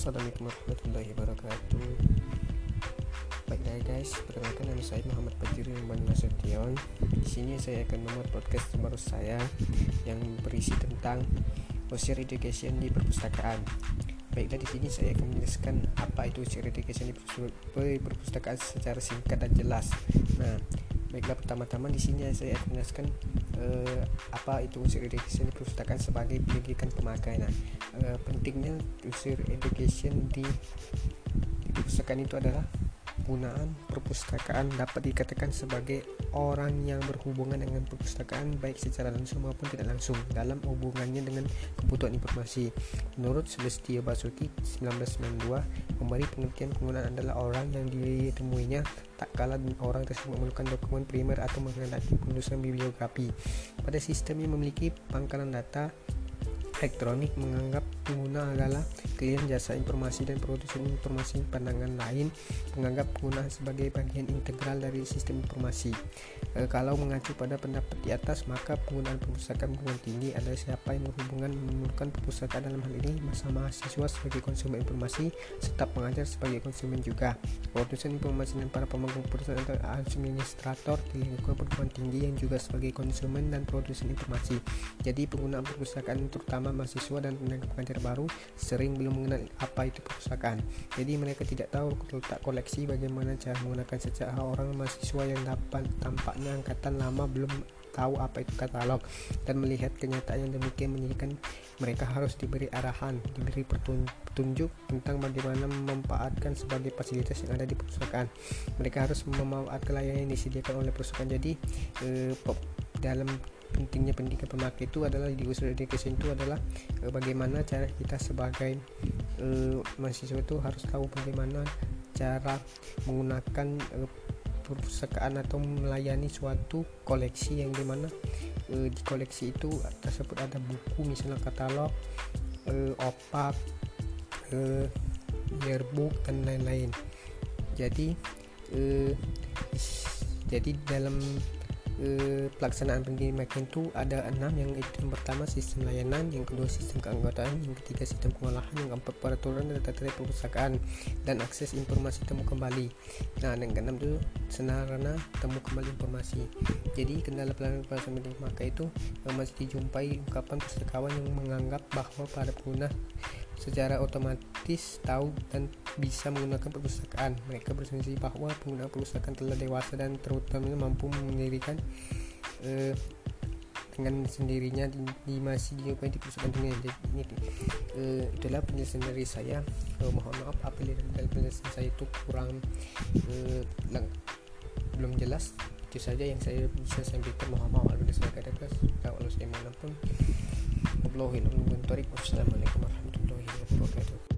Assalamualaikum warahmatullahi wabarakatuh. Baiklah guys, perkenalkan nama saya Muhammad Fajri Nasution. Di sini saya akan membuat podcast baru saya yang berisi tentang user education di perpustakaan. Baiklah, di sini saya akan menjelaskan apa itu user education di perpustakaan secara singkat dan jelas. Nah, baiklah, pertama-tama di sini saya akan menjelaskan apa itu user education di perpustakaan sebagai pendidikan pemakai. Nah, pentingnya user education di perpustakaan itu adalah penggunaan perpustakaan dapat dikatakan sebagai orang yang berhubungan dengan perpustakaan baik secara langsung maupun tidak langsung dalam hubungannya dengan kebutuhan informasi. Menurut Celestio Basuki 1992, memberi pengertian penggunaan adalah orang yang ditemuinya tak kala orang tersebut memerlukan dokumen primer atau menghadapi penelusuran bibliografi. Pada sistem yang memiliki pangkalan data elektronik, menganggap pengguna adalah klien jasa informasi dan produsen informasi. Pandangan lain menganggap pengguna sebagai bagian integral dari sistem informasi. Kalau mengacu pada pendapat di atas, maka penggunaan perpustakaan perguruan tinggi adalah siapa yang berhubungan memerlukan perpustakaan, dalam hal ini masa mahasiswa sebagai konsumen informasi, staf pengajar sebagai konsumen juga. Produsen informasi dan para pemegang perpustakaan atau administrator di lingkungan perguruan tinggi yang juga sebagai konsumen dan produsen informasi. Jadi penggunaan perpustakaan terutama mahasiswa dan tenaga pengajar baru sering belum mengenal apa itu perpustakaan. Jadi mereka tidak tahu letak koleksi, bagaimana cara menggunakan secara orang mahasiswa yang tampaknya angkatan lama belum tahu apa itu katalog, dan melihat kenyataan yang demikian menjadikan mereka harus diberi arahan, diberi petunjuk tentang bagaimana memanfaatkan sebagai fasilitas yang ada di perpustakaan. Mereka harus memanfaatkan layanan yang disediakan oleh perpustakaan. Jadi dalam pentingnya pendidikan pemakai itu adalah di user education itu adalah bagaimana cara kita sebagai mahasiswa itu harus tahu bagaimana cara menggunakan perpustakaan atau melayani suatu koleksi yang dimana di koleksi itu tersebut ada buku, misalnya katalog, opak, yearbook dan lain-lain. Jadi dalam pelaksanaan pendidikan itu ada 6, yang itu yang pertama sistem layanan, yang kedua sistem keanggotaan, yang ketiga sistem pengolahan, yang keempat peraturan dan tata tertib perpustakaan dan akses informasi temu kembali. Nah, yang keenam itu sarana temu kembali informasi. Jadi kendala pelaksanaan pendidikan maka itu masih dijumpai ungkapan pustakawan yang menganggap bahwa para pengguna secara otomatis tahu dan bisa menggunakan perpustakaan. Mereka berasumsi bahwa pengguna perpustakaan telah dewasa dan terutamanya mampu mendirikan dengan sendirinya masih dijumpai di perpustakaan dunia. Jadi itulah penjelasan dari saya. Mohon maaf apabila dalam penjelasan saya itu kurang belum jelas. Itu saja yang saya bisa sampaikan. Mohon maaf apabila saya katakan kalau saya manapun. Wassalamualaikum warahmatullahi wabarakatuh.